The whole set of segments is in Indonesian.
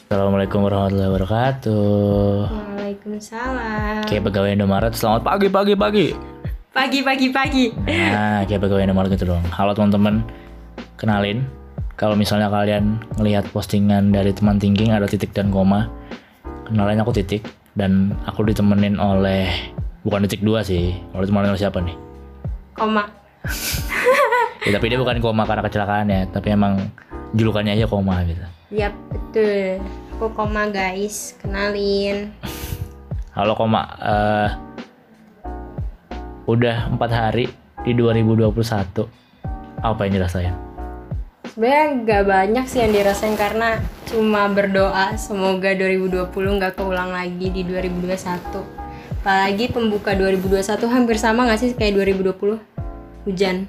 Assalamualaikum warahmatullahi wabarakatuh. Waalaikumsalam. Kayak pegawai Indomaret, selamat pagi. Pagi. Nah, kayak pegawai Indomaret gitu dong. Halo teman-teman, kenalin. Kalau misalnya kalian ngelihat postingan dari teman thinking ada titik dan koma, kenalin aku Titik. Dan aku ditemenin oleh, bukan titik 2 sih. Kalau ditemenin oleh siapa nih? Koma. Ya, tapi dia bukan koma karena kecelakaan ya, tapi emang julukannya aja koma gitu. Yap, betul. Aku Koma guys, kenalin. Halo koma, udah 4 hari di 2021. Apa yang dirasain? Sebenarnya gak banyak sih yang dirasain karena cuma berdoa semoga 2020 gak keulang lagi di 2021. Apalagi pembuka 2021 hampir sama gak sih kayak 2020? Hujan.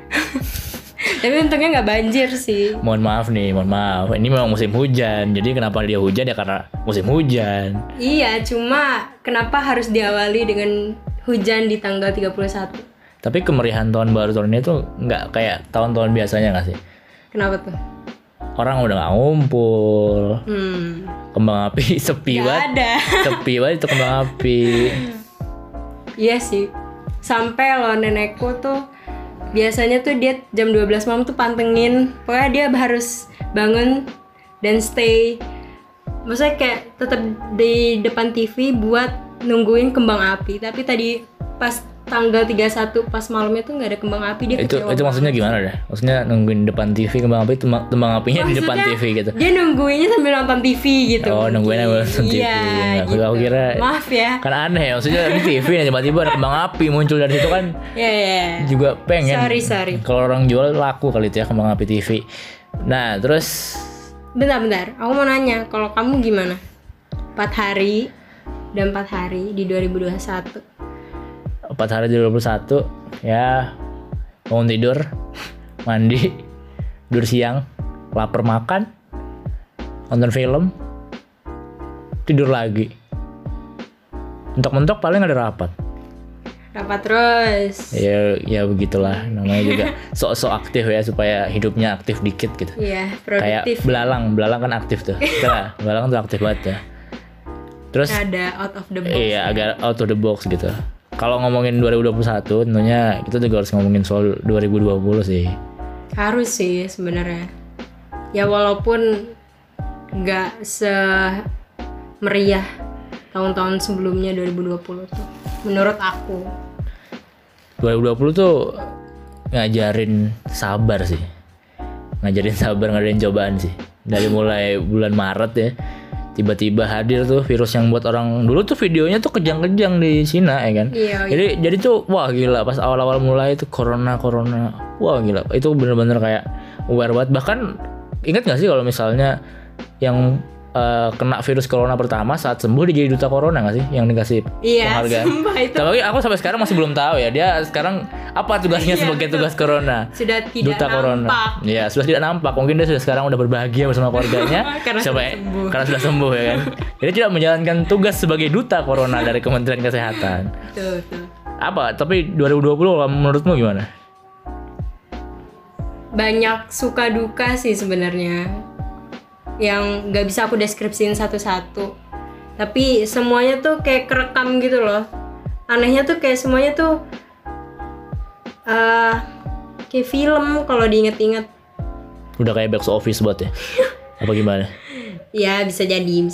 Tapi untungnya gak banjir sih. Mohon maaf. Ini memang musim hujan. Jadi kenapa dia hujan ya karena musim hujan. Iya, cuma kenapa harus diawali dengan hujan di tanggal 31? Tapi kemeriahan tahun baru tahun ini tuh nggak kayak tahun-tahun biasanya nggak sih? Kenapa tuh? Orang udah nggak ngumpul. Kembang api sepi Gak banget. ada. Sepi banget itu kembang api. Iya sih. Sampai loh nenekku tuh biasanya tuh dia jam 12 malam tuh pantengin. Pokoknya dia harus bangun dan stay. Maksudnya kayak tetap di depan TV buat nungguin kembang api. Tapi tadi pas tanggal 31 pas malamnya tuh nggak ada kembang api, dia Itu kecewa maksudnya banget. gimana dah? Maksudnya nungguin depan TV kembang api, kembang apinya di depan Maksudnya, TV gitu. Dia nungguinnya sambil nonton TV gitu. Oh, nungguinnya sambil nonton TV. Iya, Nah, gitu. aku kira Maaf ya. kan aneh ya, maksudnya di TV nih tiba-tiba ada kembang api muncul dari situ kan. Ya. Juga pengen. Sorry. Kalau orang jual laku kali itu ya kembang api TV. Nah, terus Bentar. Aku mau nanya, kalau kamu gimana? 4 hari dan 4 hari di 2021. 4 hari di 2021 ya bangun tidur, mandi, tidur siang, lapar makan, nonton film, tidur lagi. Mentok-mentok paling ada rapat. Rapat terus. Ya begitulah namanya juga sok-sok aktif ya supaya hidupnya aktif dikit gitu. Iya, Kayak produktif. belalang kan aktif tuh. Kira belalang tuh aktif banget ya. Terus Ada out of the box. iya agak out of the box gitu. Kalau ngomongin 2021 tentunya kita juga harus ngomongin soal 2020 sih. Harus sih sebenarnya. Ya walaupun nggak semeriah tahun-tahun sebelumnya 2020 tuh. Menurut aku. 2020 tuh ngajarin sabar sih. Ngajarin cobaan sih. Dari mulai bulan Maret ya. Tiba-tiba hadir tuh virus yang buat orang dulu tuh videonya tuh kejang-kejang di Cina ya kan. Iya. Jadi tuh wah gila pas awal-awal mulai itu corona. Wah gila. Itu bener-bener kayak aware banget. Bahkan ingat gak sih kalau misalnya yang kena virus corona pertama saat sembuh dia jadi duta corona gak sih yang dikasih Iya, penghargaan. sumpah itu. Tapi aku sampai sekarang masih belum tahu ya dia sekarang apa tugasnya Iya, sebagai betul. tugas corona. Sudah tidak Duta corona. nampak. Ya, sudah tidak nampak. Mungkin dia sudah sekarang udah berbahagia bersama keluarganya Karena sudah sembuh. karena sudah sembuh ya kan. Jadi tidak menjalankan tugas sebagai duta corona dari Kementerian Kesehatan. Tuh. Apa? Tapi 2020 kalau menurutmu gimana? Banyak suka duka sih sebenarnya yang nggak bisa aku deskripsiin satu-satu, tapi semuanya tuh kayak kerekam gitu loh. Anehnya tuh kayak semuanya tuh kayak film kalau diinget-inget. Udah kayak box office buat ya? Apa gimana? Ya bisa jadi.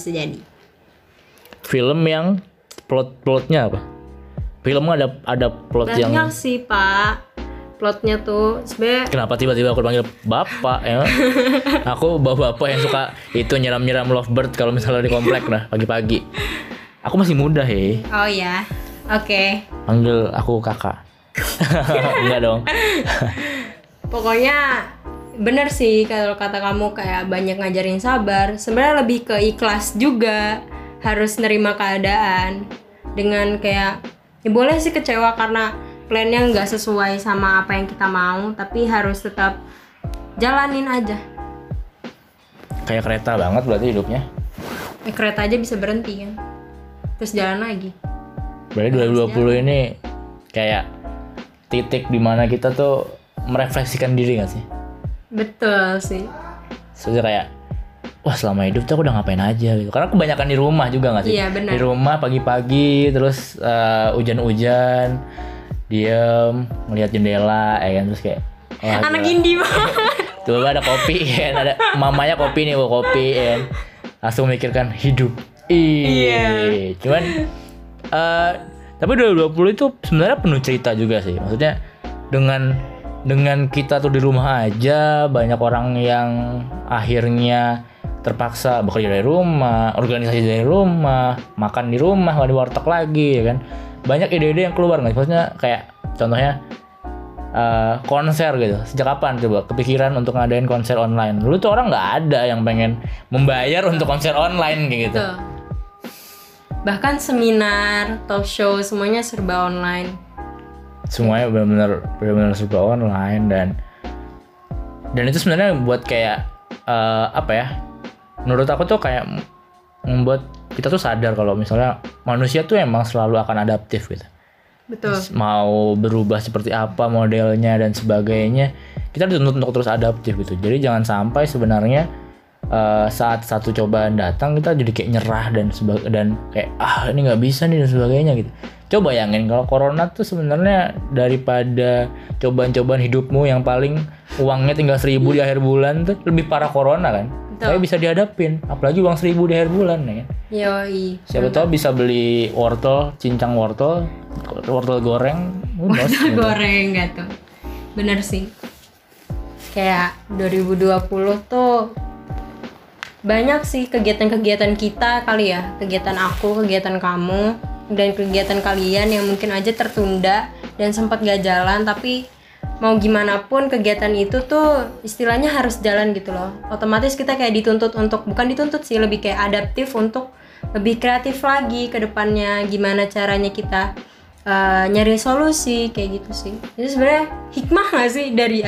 Film yang plotnya apa? Film ada plot yang Banyak sih pak plotnya tuh sebenarnya. kenapa tiba-tiba aku panggil bapak ya? Aku bapak yang suka itu nyiram lovebird kalau misalnya di komplek lah pagi-pagi. Aku masih muda he. Oh ya, oke. Panggil aku kakak. Enggak dong. Pokoknya bener sih kalau kata kamu kayak banyak ngajarin sabar. Sebenarnya lebih ke ikhlas juga, harus nerima keadaan dengan kayak ya boleh sih kecewa karena plannya nggak sesuai sama apa yang kita mau, tapi harus tetap jalanin aja. Kayak kereta banget berarti hidupnya. Kereta aja bisa berhenti kan, terus jalan lagi. Berarti 2020 ini kayak titik dimana kita tuh merefleksikan diri gak sih? Betul sih. Soalnya kayak wah selama hidup tuh aku udah ngapain aja gitu. Karena kebanyakan di rumah juga nggak sih? Iya, benar. Di rumah pagi-pagi terus hujan-hujan, diem ngeliat jendela, ya kan, terus kayak wah, Anak gila. indie banget. Tiba-tiba ada kopi, ya kan, ada mamanya kopi nih, bawa kopi, ya kan. Langsung mikirkan hidup. Iya. Cuman tapi 2020 itu sebenarnya penuh cerita juga sih. Maksudnya dengan kita tuh di rumah aja, banyak orang yang akhirnya terpaksa bekerja dari rumah, organisasi dari rumah, makan di rumah, nggak di warteg lagi, ya kan. Banyak ide-ide yang keluar nggak? Maksudnya kayak contohnya konser gitu. Sejak kapan coba kepikiran untuk ngadain konser online? Dulu tuh orang nggak ada yang pengen membayar untuk konser online kayak gitu. Tuh. Bahkan seminar, talk show, semuanya serba online. Semuanya benar-benar serba online, dan itu sebenarnya buat kayak apa ya? Menurut aku tuh kayak membuat kita tuh sadar kalau misalnya manusia tuh emang selalu akan adaptif gitu. Betul. Mau berubah seperti apa modelnya dan sebagainya, kita dituntut untuk terus adaptif gitu. Jadi jangan sampai sebenarnya saat satu cobaan datang kita jadi kayak nyerah dan kayak ini nggak bisa nih dan sebagainya gitu. Coba bayangin kalau corona tuh sebenarnya daripada cobaan-cobaan hidupmu yang paling uangnya tinggal 1.000 di akhir bulan tuh lebih parah corona kan. Tapi bisa dihadapin, apalagi uang 1.000 di akhir bulan ya kan. Yoi. Siapa tahu bisa beli wortel, cincang wortel goreng, Wortel goreng gitu. Bener sih. Kayak 2020 tuh banyak sih kegiatan-kegiatan kita kali ya, kegiatan aku, kegiatan kamu, dan kegiatan kalian yang mungkin aja tertunda dan sempat gak jalan, tapi mau gimana pun kegiatan itu tuh istilahnya harus jalan gitu loh. Otomatis kita kayak dituntut untuk, bukan dituntut sih, lebih kayak adaptif untuk lebih kreatif lagi ke depannya, gimana caranya kita nyari solusi kayak gitu sih. Itu sebenarnya hikmah gak sih dari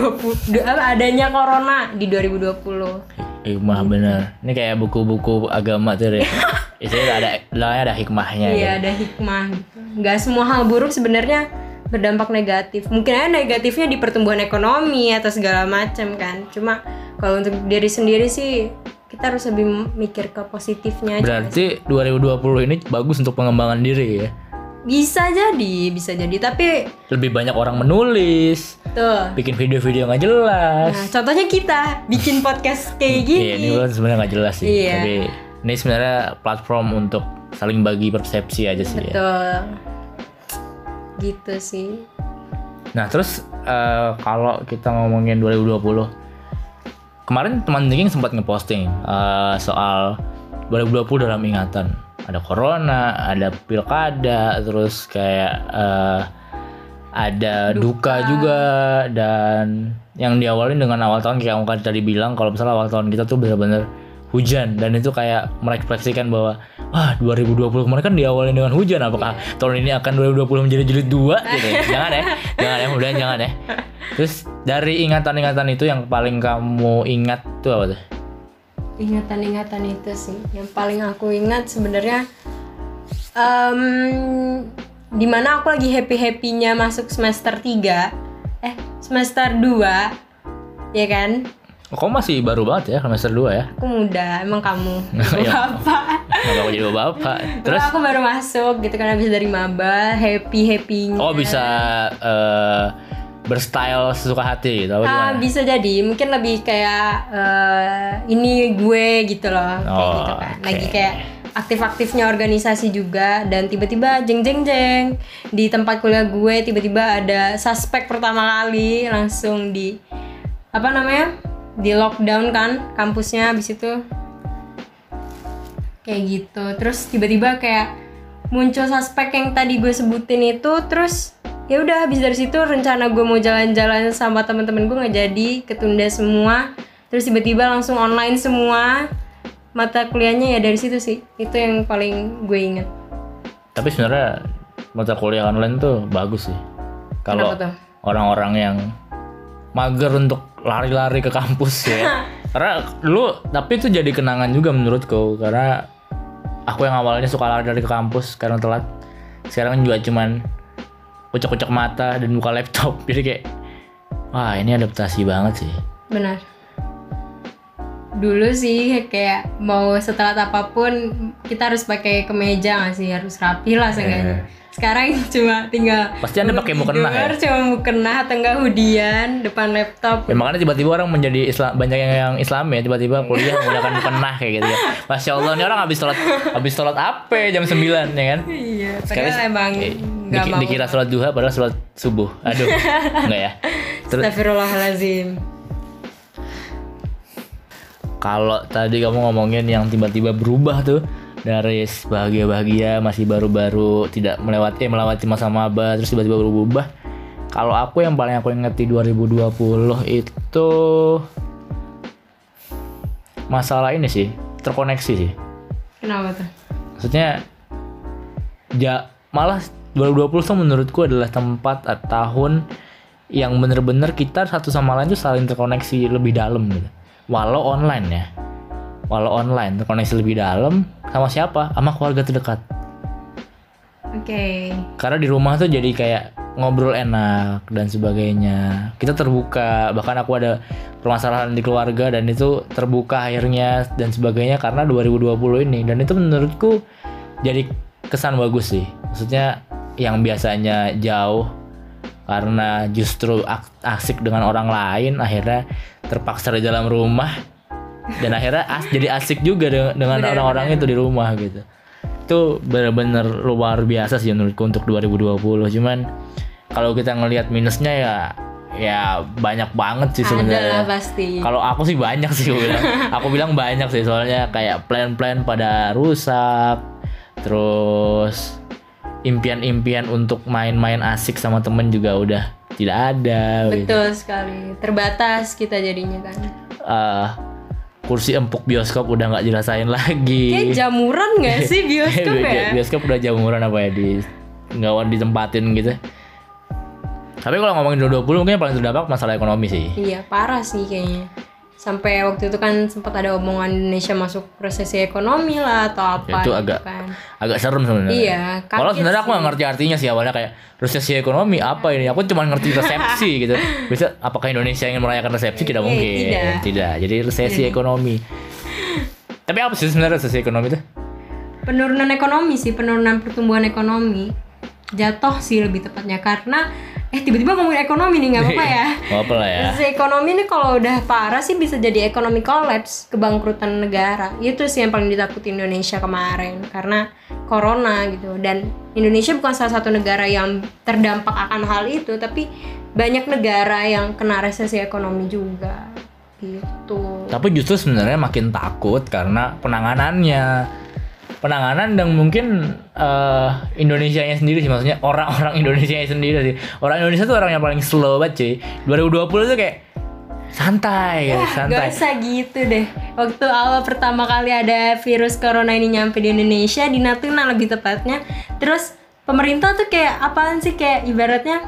adanya corona di 2020? Hikmah bener. Ini kayak buku-buku agama tuh ya. Isinya ada hikmahnya. Iya, gitu. ada hikmah gitu. Gak semua hal buruk sebenarnya berdampak negatif. Mungkin aja negatifnya di pertumbuhan ekonomi atau segala macam kan. Cuma kalau untuk diri sendiri sih kita harus lebih mikir ke positifnya. Berarti 2020 ini bagus untuk pengembangan diri ya. Bisa jadi, tapi lebih banyak orang menulis, tuh bikin video-video nggak jelas. Nah, contohnya kita bikin podcast kayak gini. Iya, ini kan sebenarnya nggak jelas sih. Iya. Tapi ini sebenarnya platform untuk saling bagi persepsi aja sih. Betul. Ya. Gitu sih. Nah terus kalau kita ngomongin 2020, kemarin teman Tingking sempat ngeposting soal 2020 dalam ingatan. Ada corona, ada pilkada, terus kayak ada duka juga, dan yang diawali dengan awal tahun kayak kamu tadi bilang kalau misalnya awal tahun kita tuh benar-benar hujan, dan itu kayak merefleksikan bahwa 2020 kemarin kan diawali dengan hujan, apakah tahun ini akan 2020 menjadi jilid 2 gitu ya? Jangan ya, mudah-mudahan jangan ya. Terus dari ingatan-ingatan itu yang paling kamu ingat tuh apa tuh? Ingatan-ingatan itu sih yang paling aku ingat sebenarnya, dimana aku lagi happy-happynya masuk semester 3 semester 2 ya kan. Kamu masih baru banget ya semester 2 ya? Aku muda, emang kamu bapak. Kenapa aku jadi bapak? Terus aku baru masuk gitu kan, habis dari maba, happy-happynya. Oh bisa berstyle sesuka hati gitu, bisa jadi, mungkin lebih kayak ini gue gitu loh, kayak gitu kan. Lagi kayak aktif-aktifnya organisasi juga, dan tiba-tiba jeng di tempat kuliah gue tiba-tiba ada suspek pertama kali, langsung di di lockdown kan kampusnya, habis itu kayak gitu. Terus tiba-tiba kayak muncul suspek yang tadi gue sebutin itu, terus ya udah habis dari situ rencana gue mau jalan-jalan sama teman-teman gue nggak jadi, ketunda semua. Terus tiba-tiba langsung online semua mata kuliahnya, ya dari situ sih, itu yang paling gue inget. Tapi sebenarnya mata kuliah online tuh bagus sih kalau orang-orang yang mager untuk lari-lari ke kampus ya. Karena dulu, tapi itu jadi kenangan juga menurutku, karena aku yang awalnya suka lari-lari ke kampus karena telat, sekarang juga cuman kucek-kucek mata dan buka laptop. Jadi kayak ini adaptasi banget sih. Benar. dulu sih kayak mau setelah apapun kita harus pakai kemeja nggak sih, harus rapi lah seenggaknya. Sekarang cuma tinggal Pasti Anda pakai mukena ya? cuma mukena atau enggak hoodie-an depan laptop. Ya, makanya tiba-tiba orang menjadi Islam, banyak yang Islam ya, tiba-tiba kuliah menggunakan mukena kayak gitu ya. Masya Allah, nih orang habis sholat apa jam 9 ya kan? Iya, Sekali padahal emang nggak mau. dikira sholat duha padahal sholat subuh. Aduh, enggak ya. Terus Astagfirullahaladzim. kalau tadi kamu ngomongin yang tiba-tiba berubah tuh dari bahagia-bahagia masih baru-baru tidak melewati masa maba terus tiba-tiba berubah. Kalau aku yang paling aku ingat di 2020 itu masalah ini sih, terkoneksi sih. Kenapa tuh? Maksudnya malah 2020 tuh menurutku adalah tempat atau tahun yang bener-bener kita satu sama lain tuh saling terkoneksi lebih dalam gitu. Walau online terkoneksi lebih dalam sama siapa? Sama keluarga terdekat. Oke. Karena di rumah tuh jadi kayak ngobrol enak dan sebagainya. Kita terbuka, bahkan aku ada permasalahan di keluarga dan itu terbuka akhirnya dan sebagainya karena 2020 ini. Dan itu menurutku jadi kesan bagus sih. Maksudnya yang biasanya jauh karena justru asik dengan orang lain akhirnya terpaksa di dalam rumah. Dan akhirnya jadi asik juga dengan orang-orang itu di rumah gitu. Itu benar-benar luar biasa sih menurutku untuk 2020. Cuman kalau kita ngelihat minusnya ya banyak banget sih sebenarnya. Ada lah pasti. Kalau aku sih banyak sih aku bilang banyak sih, soalnya kayak plan-plan pada rusak. Terus impian-impian untuk main-main asik sama temen juga udah tidak ada. Betul sekali. Terbatas kita jadinya kan. Kursi empuk bioskop udah nggak dirasain lagi. Kayak jamuran nggak sih bioskop ya? Bioskop udah jamuran apa ya, nggak ditempatin gitu. Tapi kalau ngomongin 2020 mungkin yang paling terdampak masalah ekonomi sih. Iya, parah sih kayaknya. Sampai waktu itu kan sempat ada omongan Indonesia masuk resesi ekonomi lah atau apa Itu gitu agak serem sebenarnya. Iya, kalau kaget sebenarnya aku sih. nggak ngerti artinya sih awalnya, kayak resesi ekonomi apa ini? Aku cuma ngerti resepsi gitu. Bisa apakah Indonesia ingin merayakan resepsi? Tidak mungkin. Tidak. Jadi resesi ekonomi. Tapi apa sih sebenarnya resesi ekonomi itu? Penurunan ekonomi sih, penurunan pertumbuhan ekonomi. Jatuh sih lebih tepatnya karena tiba-tiba ngomongin ekonomi nih, nggak apa-apa ya. Nggak apa lah ya. Resesi ekonomi ini kalau udah parah sih bisa jadi ekonomi collapse, kebangkrutan negara. Itu sih yang paling ditakuti Indonesia kemarin karena corona gitu. Dan Indonesia bukan salah satu negara yang terdampak akan hal itu, tapi banyak negara yang kena resesi ekonomi juga gitu. Tapi justru sebenarnya makin takut karena penanganan dan mungkin Indonesianya sendiri sih, maksudnya orang-orang Indonesianya sendiri sih. Orang Indonesia tuh orang yang paling slow banget cuy. 2020 tuh kayak santai. Gak usah gitu deh. Waktu awal pertama kali ada virus corona ini nyampe di Indonesia, di Natuna lebih tepatnya, terus pemerintah tuh kayak apaan sih, kayak ibaratnya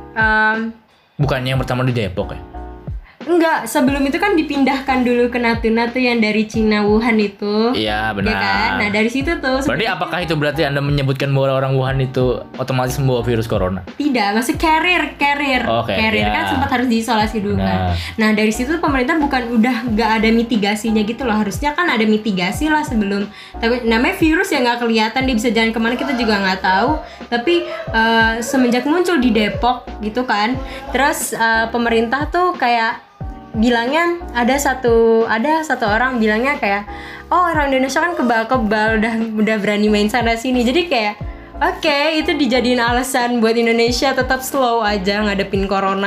bukannya yang pertama di Depok ya? enggak, sebelum itu kan dipindahkan dulu ke Natuna tuh yang dari Cina Wuhan itu. Iya benar. Ya kan? Nah dari situ tuh. Berarti apakah itu berarti Anda menyebutkan bahwa orang Wuhan itu otomatis membawa virus corona? Tidak, maksud carrier ya. Kan sempat harus diisolasi dulu kan. Nah dari situ pemerintah udah nggak ada mitigasinya gitu loh. Harusnya kan ada mitigasi lah sebelum. Tapi namanya virus ya nggak kelihatan, dia bisa jalan kemana kita juga nggak tahu. Tapi semenjak muncul di Depok gitu kan, terus pemerintah tuh kayak bilangnya ada satu orang bilangnya kayak orang Indonesia kan kebal udah berani main sana sini, jadi kayak oke, itu dijadiin alasan buat Indonesia tetap slow aja ngadepin corona.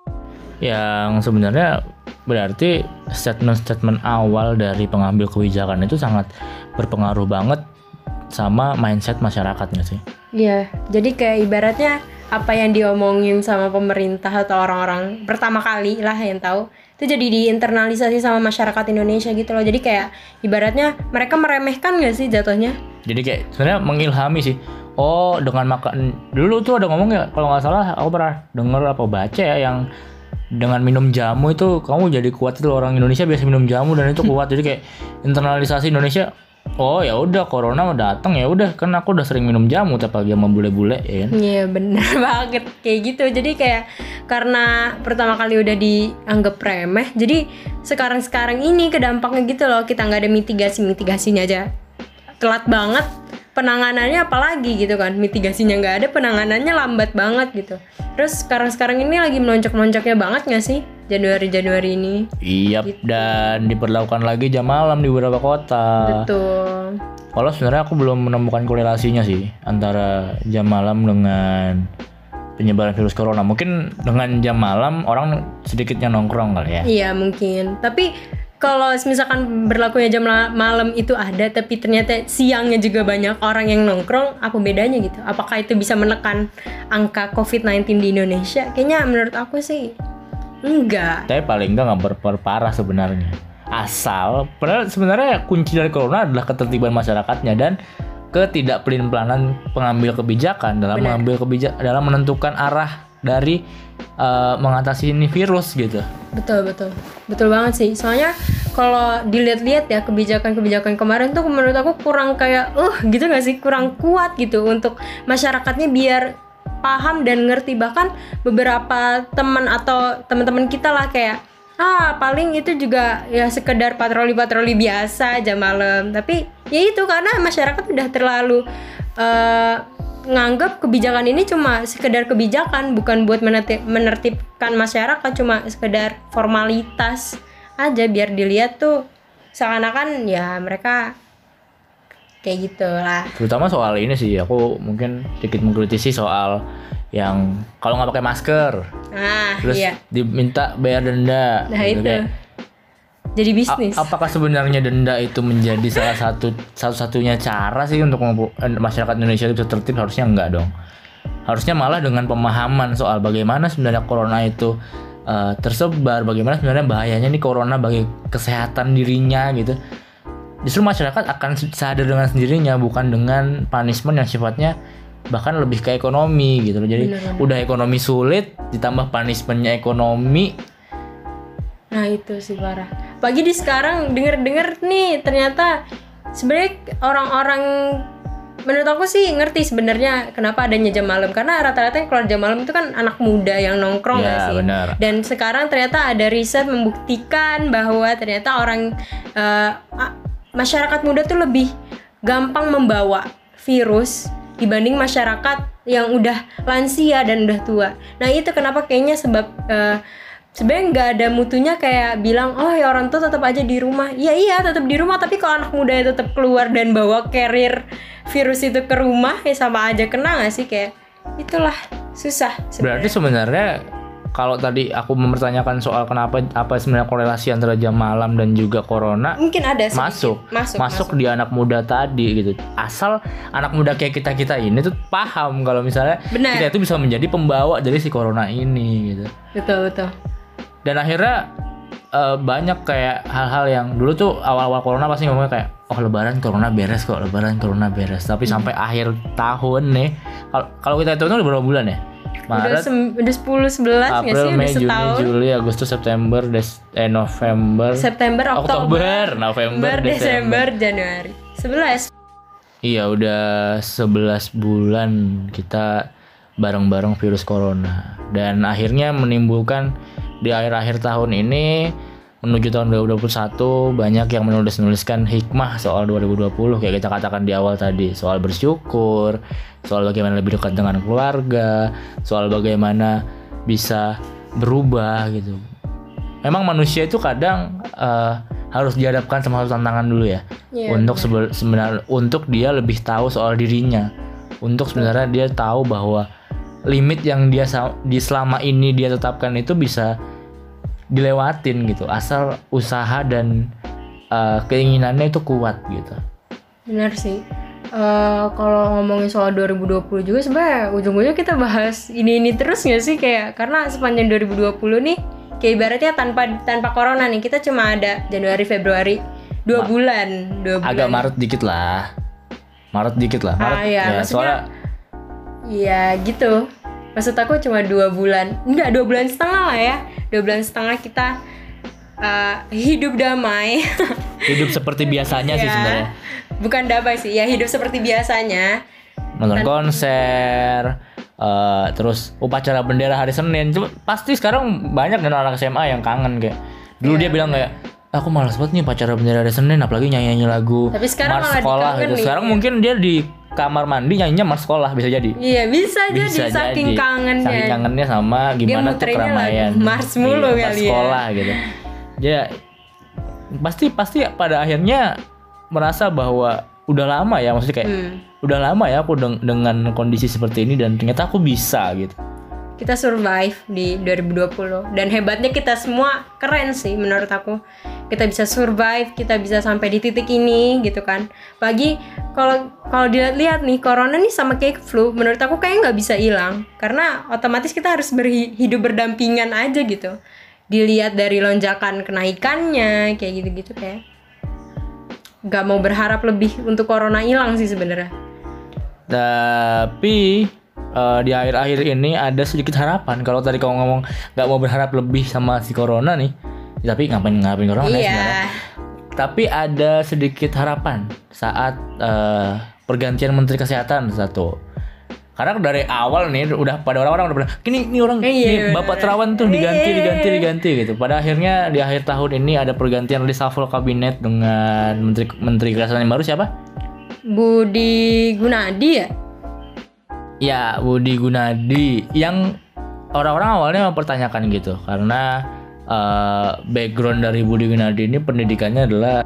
Yang sebenarnya berarti statement awal dari pengambil kebijakan itu sangat berpengaruh banget sama mindset masyarakat nggak sih? Iya, jadi kayak ibaratnya apa yang diomongin sama pemerintah atau orang-orang pertama kali lah yang tahu itu jadi diinternalisasi sama masyarakat Indonesia gitu loh. Jadi kayak ibaratnya mereka meremehkan gak sih jatuhnya? Jadi kayak sebenarnya mengilhami sih. Oh, dengan makan dulu tuh ada ngomong ya, kalau nggak salah aku pernah denger apa baca ya, yang dengan minum jamu itu kamu jadi kuat. Itu orang Indonesia biasa minum jamu dan itu kuat. Jadi kayak internalisasi Indonesia, oh ya udah corona mau datang ya udah, kan aku udah sering minum jamu tiap pagi sama bule-bule ya kan. Iya bener banget kayak gitu. Jadi kayak karena pertama kali udah dianggap remeh, jadi sekarang ini kedampaknya gitu loh. Kita nggak ada mitigasinya aja telat banget, penanganannya apalagi gitu kan. Mitigasinya nggak ada, penanganannya lambat banget gitu. Terus sekarang ini lagi melonjak-melonjaknya banget nggak sih Januari ini? Iya, dan diberlakukan lagi jam malam di beberapa kota. Betul. Kalau sebenarnya aku belum menemukan korelasinya sih antara jam malam dengan penyebaran virus corona. Mungkin dengan jam malam orang sedikitnya nongkrong kali ya. Iya mungkin. Tapi kalau misalkan berlakunya jam malam itu ada, tapi ternyata siangnya juga banyak orang yang nongkrong, apa bedanya gitu? Apakah itu bisa menekan angka COVID-19 di Indonesia? Kayaknya menurut aku sih enggak. Tapi paling enggak berparah sebenarnya. Asal, padahal sebenarnya kunci dari corona adalah ketertiban masyarakatnya dan ketidakpelin-pelanan pengambil kebijakan dalam dalam menentukan arah dari mengatasi ini virus gitu. Betul banget sih. Soalnya kalau dilihat-lihat ya kebijakan kemarin tuh menurut aku kurang kayak gitu nggak sih, kurang kuat gitu untuk masyarakatnya biar paham dan ngerti. Bahkan beberapa teman atau teman-teman kita lah kayak paling itu juga ya sekedar patroli biasa jam malam. Tapi ya itu karena masyarakat udah terlalu nganggap kebijakan ini cuma sekedar kebijakan, bukan buat menertibkan masyarakat, cuma sekedar formalitas aja biar dilihat tuh seakan-akan ya mereka kayak gitulah. Terutama soal ini sih, aku mungkin sedikit mengkritisi soal yang kalau nggak pakai masker, terus diminta bayar denda. Nah gitu, itu jadi bisnis. Apakah sebenarnya denda itu menjadi salah satu-satunya cara sih untuk masyarakat Indonesia itu bisa tertib? Harusnya enggak dong. Harusnya malah dengan pemahaman soal bagaimana sebenarnya corona itu tersebar, bagaimana sebenarnya bahayanya nih corona bagi kesehatan dirinya gitu. Justru masyarakat akan sadar dengan sendirinya, bukan dengan punishment yang sifatnya bahkan lebih ke ekonomi gitu loh. Jadi udah ekonomi sulit ditambah punishmentnya ekonomi. Nah itu sih parah. Pagi di sekarang denger nih ternyata sebenarnya orang-orang, menurut aku sih ngerti sebenarnya kenapa adanya jam malam, karena rata-rata yang keluar jam malam itu kan anak muda yang nongkrong nggak sih? Benar. Dan sekarang ternyata ada riset membuktikan bahwa ternyata orang masyarakat muda tuh lebih gampang membawa virus dibanding masyarakat yang udah lansia dan udah tua. Nah itu kenapa kayaknya sebab sebenarnya nggak ada mutunya kayak bilang ya orang tua tetap aja di rumah. Iya tetap di rumah, tapi kalau anak muda tetap keluar dan bawa carrier virus itu ke rumah ya sama aja kena nggak sih? Kayak itulah susah sebenarnya. Berarti sebenarnya kalau tadi aku mempertanyakan soal kenapa apa sebenarnya korelasi antara jam malam dan juga corona, mungkin ada masuk di anak muda tadi gitu. Asal anak muda kayak kita ini tuh paham kalau misalnya kita itu bisa menjadi pembawa dari si corona ini gitu. Betul. Dan akhirnya banyak kayak hal-hal yang dulu tuh awal-awal corona pasti ngomongnya kayak lebaran corona beres kok, tapi sampai akhir tahun nih kalau kita hitung udah berapa bulan ya? Maret, udah 10-11 nggak sih? Mei, Juni, Juli, Agustus, September, November, Oktober, November, Desember, Januari 11. Iya udah 11 bulan kita bareng-bareng virus corona. Dan akhirnya menimbulkan di akhir-akhir tahun ini menuju tahun 2021 banyak yang menuliskan hikmah soal 2020 kayak kita katakan di awal tadi, soal bersyukur, soal bagaimana lebih dekat dengan keluarga, soal bagaimana bisa berubah gitu. Memang manusia itu kadang harus dihadapkan sama satu tantangan dulu ya, untuk sebenarnya untuk dia lebih tahu soal dirinya, untuk sebenarnya dia tahu bahwa limit yang dia selama ini dia tetapkan itu bisa dilewatin gitu, asal usaha dan keinginannya itu kuat gitu. Benar sih. Kalau ngomongin soal 2020 juga sebenarnya ujung-ujungnya kita bahas ini terus nggak sih, kayak karena sepanjang 2020 nih kayak ibaratnya tanpa corona nih kita cuma ada Januari, Februari 2 bulan. Agak Maret dikit lah. Maret ya soalnya iya gitu. Maksud aku cuma 2 bulan. Enggak, 2 bulan setengah lah ya. 2 bulan setengah kita hidup damai. Hidup seperti biasanya sih sebenarnya. bukan damai sih, ya hidup seperti biasanya. Nonton konser, terus upacara bendera hari Senin. Cuma pasti sekarang banyak kan anak SMA yang kangen kayak. Dulu dia bilang kayak, aku malas banget nih upacara bendera hari Senin, apalagi nyanyi lagu tapi sekarang Mars malah sekolah gitu. Sekarang mungkin dia di kamar mandi nyanyinya Mars sekolah, bisa jadi. Iya, bisa jadi saking kangennya. Saking kangennya sama gimana tuh keramaian. Mars mulu kali Mars sekolah gitu. Ya pasti pada akhirnya merasa bahwa udah lama ya, maksudnya kayak udah lama ya aku dengan kondisi seperti ini dan ternyata aku bisa gitu. Kita survive di 2020 dan hebatnya kita semua keren sih menurut aku. Kita bisa survive, kita bisa sampai di titik ini gitu kan. Apalagi kalau dilihat-lihat nih, corona nih sama kayak flu, menurut aku kayaknya nggak bisa hilang karena otomatis kita harus hidup berdampingan aja gitu. Dilihat dari lonjakan kenaikannya kayak gitu-gitu kayak nggak mau berharap lebih untuk corona hilang sih sebenarnya. Tapi di akhir-akhir ini ada sedikit harapan. Kalau tadi kamu ngomong nggak mau berharap lebih sama si corona nih, tapi ngapain corona sebenarnya. Tapi ada sedikit harapan saat pergantian Menteri Kesehatan satu. Karena dari awal nih udah pada orang-orang udah bilang, ini orang ini Bapak Terawan tuh diganti gitu. Pada akhirnya di akhir tahun ini ada pergantian reshuffle kabinet dengan Menteri Kesehatan yang baru siapa? Budi Gunadi ya? Ya, Budi Gunadi yang orang-orang awalnya mempertanyakan gitu karena background dari Budi Gunadi ini pendidikannya adalah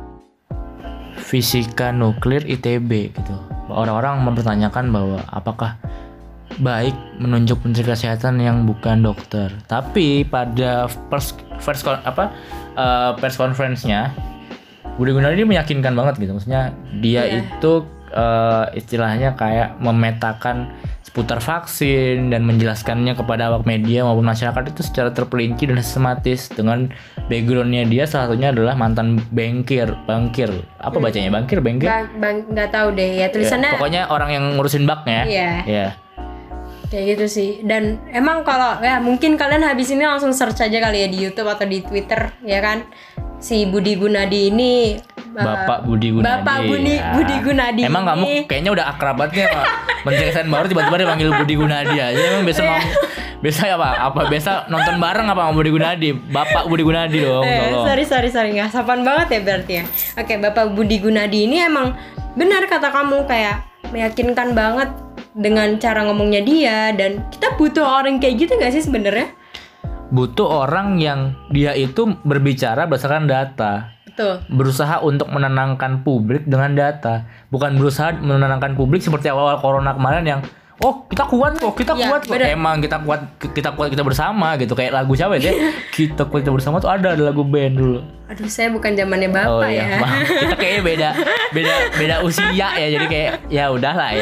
fisika nuklir ITB gitu. Orang-orang mempertanyakan bahwa apakah baik menunjuk Menteri Kesehatan yang bukan dokter. Tapi pada pers conference-nya Budi Gunadi meyakinkan banget gitu. Maksudnya dia itu istilahnya kayak memetakan seputar vaksin dan menjelaskannya kepada awak media maupun masyarakat itu secara terperinci dan sistematis. Dengan backgroundnya dia salah satunya adalah mantan bangkir apa bacanya bangkir nggak tahu deh ya tulisannya ya, pokoknya orang yang ngurusin baknya ya kayak gitu sih. Dan emang kalau ya mungkin kalian habis ini langsung search aja kali ya di YouTube atau di Twitter ya kan, si Budi Gunadi ini Bapak Budi Gunadi. Budi Gunadi. Emang kamu kayaknya udah akrab banget ya, Menteri Kesehatan baru tiba-tiba dipanggil Budi Gunadi aja. Emang biasa apa biasa nonton bareng apa sama Budi Gunadi? Bapak Budi Gunadi dong. Sorry nggak sopan banget ya berarti ya. Oke, Bapak Budi Gunadi ini emang benar kata kamu, kayak meyakinkan banget dengan cara ngomongnya dia. Dan kita butuh orang kayak gitu nggak sih sebenarnya? Butuh orang yang dia itu berbicara berdasarkan data. Betul. Berusaha untuk menenangkan publik dengan data, bukan berusaha menenangkan publik seperti awal-awal corona kemarin yang kita kuat kok. Emang kita kuat kita bersama gitu, kayak lagu siapa ya? Kita kuat kita bersama tuh ada lagu band dulu. Aduh, saya bukan zamannya Bapak ya. Kita kayaknya beda usia ya, jadi kayak ya udahlah.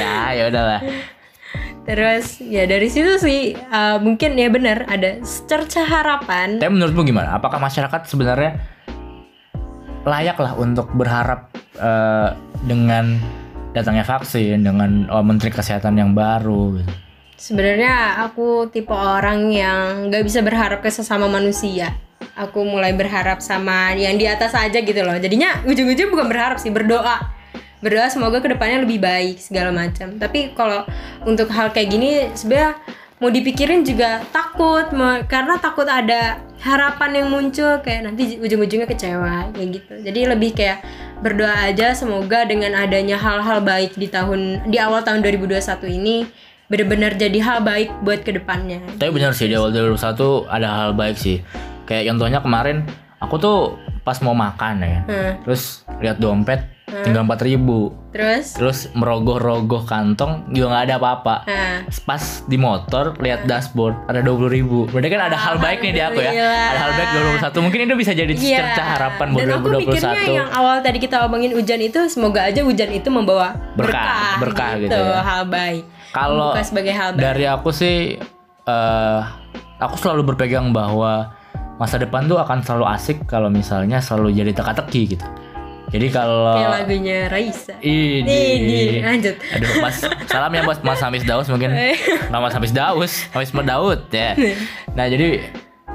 Terus ya dari situ sih mungkin ya benar ada secerca harapan. Tapi menurutmu gimana? Apakah masyarakat sebenarnya layak lah untuk berharap dengan datangnya vaksin, dengan Menteri Kesehatan yang baru gitu? Sebenarnya aku tipe orang yang nggak bisa berharap ke sesama manusia. Aku mulai berharap sama yang di atas aja gitu loh. Jadinya ujung-ujung bukan berharap sih, berdoa semoga kedepannya lebih baik segala macam. Tapi kalau untuk hal kayak gini sebenarnya mau dipikirin juga takut, karena takut ada harapan yang muncul kayak nanti ujung-ujungnya kecewa kayak gitu. Jadi lebih kayak berdoa aja semoga dengan adanya hal-hal baik di awal tahun 2021 ini benar-benar jadi hal baik buat kedepannya. Tapi benar sih, di awal 2021 ada hal baik sih. Kayak contohnya kemarin aku tuh pas mau makan ya, terus lihat dompet tinggal 4.000. Terus merogoh-rogoh kantong juga nggak ada apa-apa. Pas di motor lihat dashboard ada 20.000. Berarti kan ada hal baik nih di aku ya. Ada hal baik 2021. Mungkin itu bisa jadi cerca harapan buat 2021. Dan aku mikirnya yang awal tadi kita omongin hujan itu, semoga aja hujan itu membawa berkah gitu ya. Hal baik. Kalau dari aku sih aku selalu berpegang bahwa masa depan tuh akan selalu asik kalau misalnya selalu jadi teka-teki gitu. Jadi kalau kayak lagunya Raisa. Lanjut. Aduh, salam ya buat Mas Hamis Daus mungkin. Nama Hamis Daud ya. Nah, jadi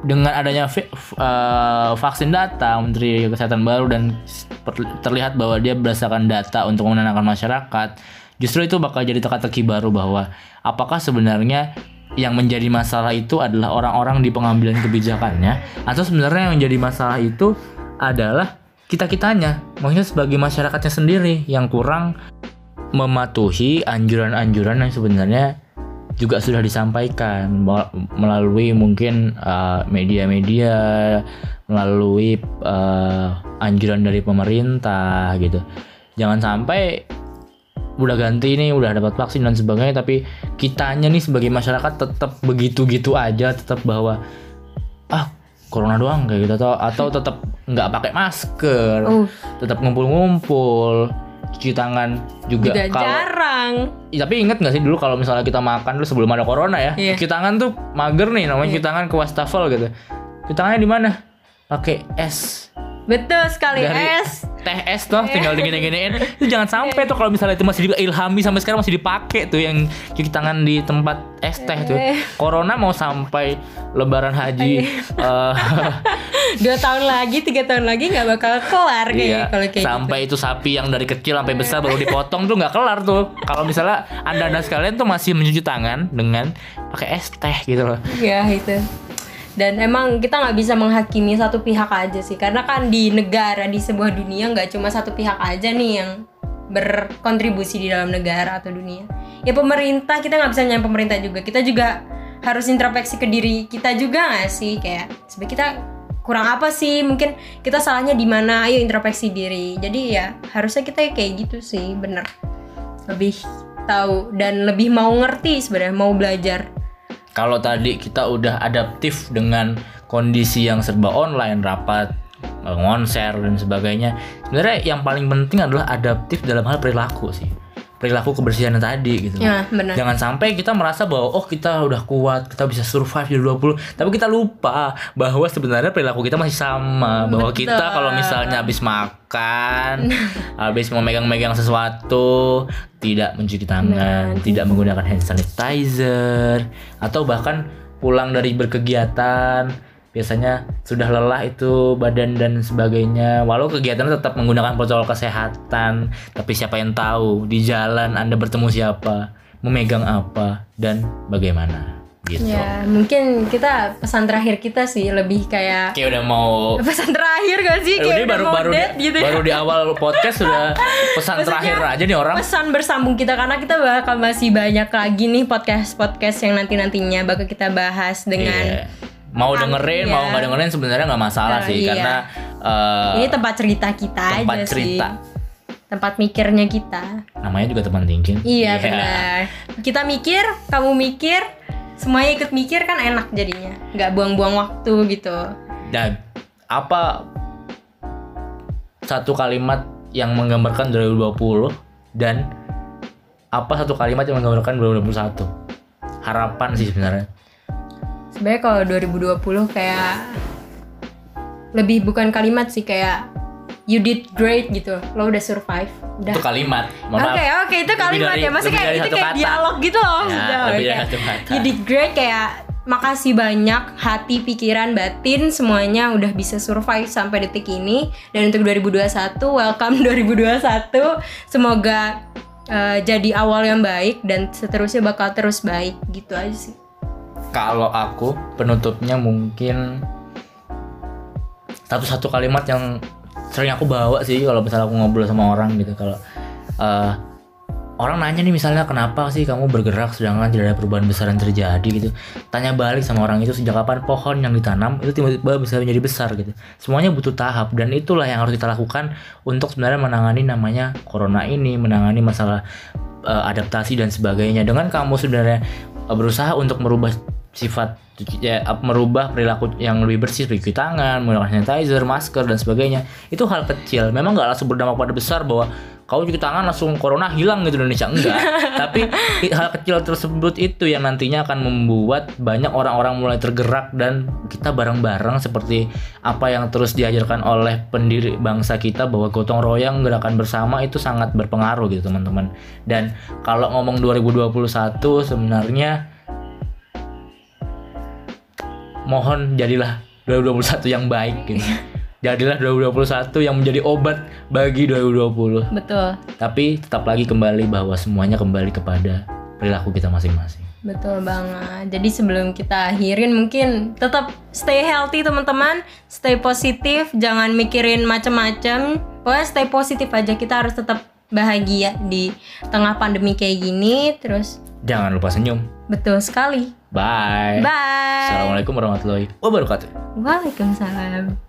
dengan adanya vaksin data, Menteri Kesehatan baru dan terlihat bahwa dia berdasarkan data untuk menenangkan masyarakat, justru itu bakal jadi teka-teki baru bahwa apakah sebenarnya yang menjadi masalah itu adalah orang-orang di pengambilan kebijakannya, atau sebenarnya yang menjadi masalah itu adalah kita-kitanya, maksudnya sebagai masyarakatnya sendiri yang kurang mematuhi anjuran-anjuran yang sebenarnya juga sudah disampaikan melalui mungkin media-media, melalui anjuran dari pemerintah gitu. Jangan sampai udah ganti nih, udah dapat vaksin dan sebagainya, tapi kitanya nih sebagai masyarakat tetap begitu-gitu aja, tetap bahwa corona doang kayak gitu, atau tetap nggak pakai masker, tetap ngumpul-ngumpul, cuci tangan juga kalau jarang. Tapi ingat nggak sih dulu kalau misalnya kita makan dulu sebelum ada corona ya, cuci tangan tuh mager nih namanya, cuci tangan ke wastafel gitu. Cuci tangannya di mana? Pakai es. Betul sekali, dari es. Teh es tuh tinggal digini-giniin. Itu jangan sampai tuh kalau misalnya itu masih diilhami sampai sekarang masih dipakai tuh yang cuci tangan di tempat es teh tuh. Corona mau sampai lebaran haji 2 tahun lagi, 3 tahun lagi nggak bakal kelar kayak kalau kayak sampai gitu. Itu sapi yang dari kecil sampai besar baru dipotong tuh nggak kelar tuh. Kalau misalnya anda sekalian tuh masih mencuci tangan dengan pakai es teh gitu loh. Iya itu. Dan emang kita nggak bisa menghakimi satu pihak aja sih, karena kan di negara, di sebuah dunia nggak cuma satu pihak aja nih yang berkontribusi di dalam negara atau dunia. Ya pemerintah, kita nggak bisa nyalain pemerintah juga. Kita juga harus introspeksi ke diri kita juga nggak sih, kayak sebenarnya kita kurang apa sih, mungkin kita salahnya di mana, ayo introspeksi diri. Jadi ya harusnya kita kayak gitu sih, bener, lebih tahu dan lebih mau ngerti sebenarnya, mau belajar. Kalau tadi kita udah adaptif dengan kondisi yang serba online, rapat, konser dan sebagainya, sebenarnya yang paling penting adalah adaptif dalam hal perilaku sih. Perilaku kebersihan tadi gitu. Ya, benar. Jangan sampai kita merasa bahwa kita udah kuat, kita bisa survive di 20, tapi kita lupa bahwa sebenarnya perilaku kita masih sama. Bahwa Betul. kita kalau misalnya habis makan, habis memegang-megang sesuatu, tidak mencuci tangan, tidak menggunakan hand sanitizer, atau bahkan pulang dari berkegiatan biasanya sudah lelah itu badan dan sebagainya, walau kegiatannya tetap menggunakan protokol kesehatan, tapi siapa yang tahu di jalan Anda bertemu siapa, memegang apa dan bagaimana gitu. Ya mungkin kita pesan terakhir kita sih lebih kayak udah mau pesan terakhir gak sih, kayak udah mau dead gitu ya. Baru di awal podcast sudah pesan terakhir aja nih orang. Pesan bersambung kita, karena kita bakal masih banyak lagi nih podcast yang nantinya bakal kita bahas dengan mau dengerin mau nggak dengerin sebenarnya nggak masalah sih, karena ini tempat cerita kita tempat aja cerita. sih, tempat mikirnya kita, namanya juga teman thinking. Iya benar, kita mikir, kamu mikir, semuanya ikut mikir, kan enak jadinya, nggak buang-buang waktu gitu. Dan apa satu kalimat yang menggambarkan 2020 dan apa satu kalimat yang menggambarkan 2021? Harapan sih sebenarnya. Sebenarnya kalau 2020 kayak lebih bukan kalimat sih, kayak you did great gitu, lo udah survive, udah. Itu kalimat. Oke, itu kalimat ya, masih kayak itu kayak dialog gitu loh. Ya, lebih dari satu kata. You did great, kayak makasih banyak, hati, pikiran, batin semuanya udah bisa survive sampai detik ini. Dan untuk 2021, welcome 2021. Semoga jadi awal yang baik dan seterusnya bakal terus baik, gitu aja sih. Kalau aku penutupnya mungkin satu kalimat yang sering aku bawa sih kalau misalnya aku ngobrol sama orang gitu. Kalau orang nanya nih misalnya, kenapa sih kamu bergerak sedangkan tidak ada perubahan besar yang terjadi gitu, tanya balik sama orang itu, sejak kapan pohon yang ditanam itu tiba-tiba bisa menjadi besar gitu. Semuanya butuh tahap, dan itulah yang harus kita lakukan untuk sebenarnya menangani namanya corona ini, menangani masalah adaptasi dan sebagainya. Dengan kamu sebenarnya berusaha untuk merubah sifat merubah perilaku yang lebih bersih, seperti cuci tangan, menggunakan sanitizer, masker dan sebagainya, itu hal kecil. Memang nggak langsung berdampak pada besar bahwa kau cuci tangan langsung corona hilang gitu Indonesia, enggak. Tapi hal kecil tersebut itu yang nantinya akan membuat banyak orang-orang mulai tergerak, dan kita bareng-bareng seperti apa yang terus diajarkan oleh pendiri bangsa kita bahwa gotong royong, gerakan bersama itu sangat berpengaruh gitu teman-teman. Dan kalau ngomong 2021 sebenarnya mohon jadilah 2021 yang baik gitu. Jadilah 2021 yang menjadi obat bagi 2020. Betul. Tapi tetap lagi kembali bahwa semuanya kembali kepada perilaku kita masing-masing. Betul banget. Jadi sebelum kita akhirin mungkin tetap stay healthy teman-teman, stay positif, jangan mikirin macam-macam. Pokoknya stay positif aja. Kita harus tetap bahagia di tengah pandemi kayak gini. Terus Jangan lupa senyum. betul sekali. Bye. Bye. Assalamualaikum warahmatullahi wabarakatuh. Waalaikumsalam.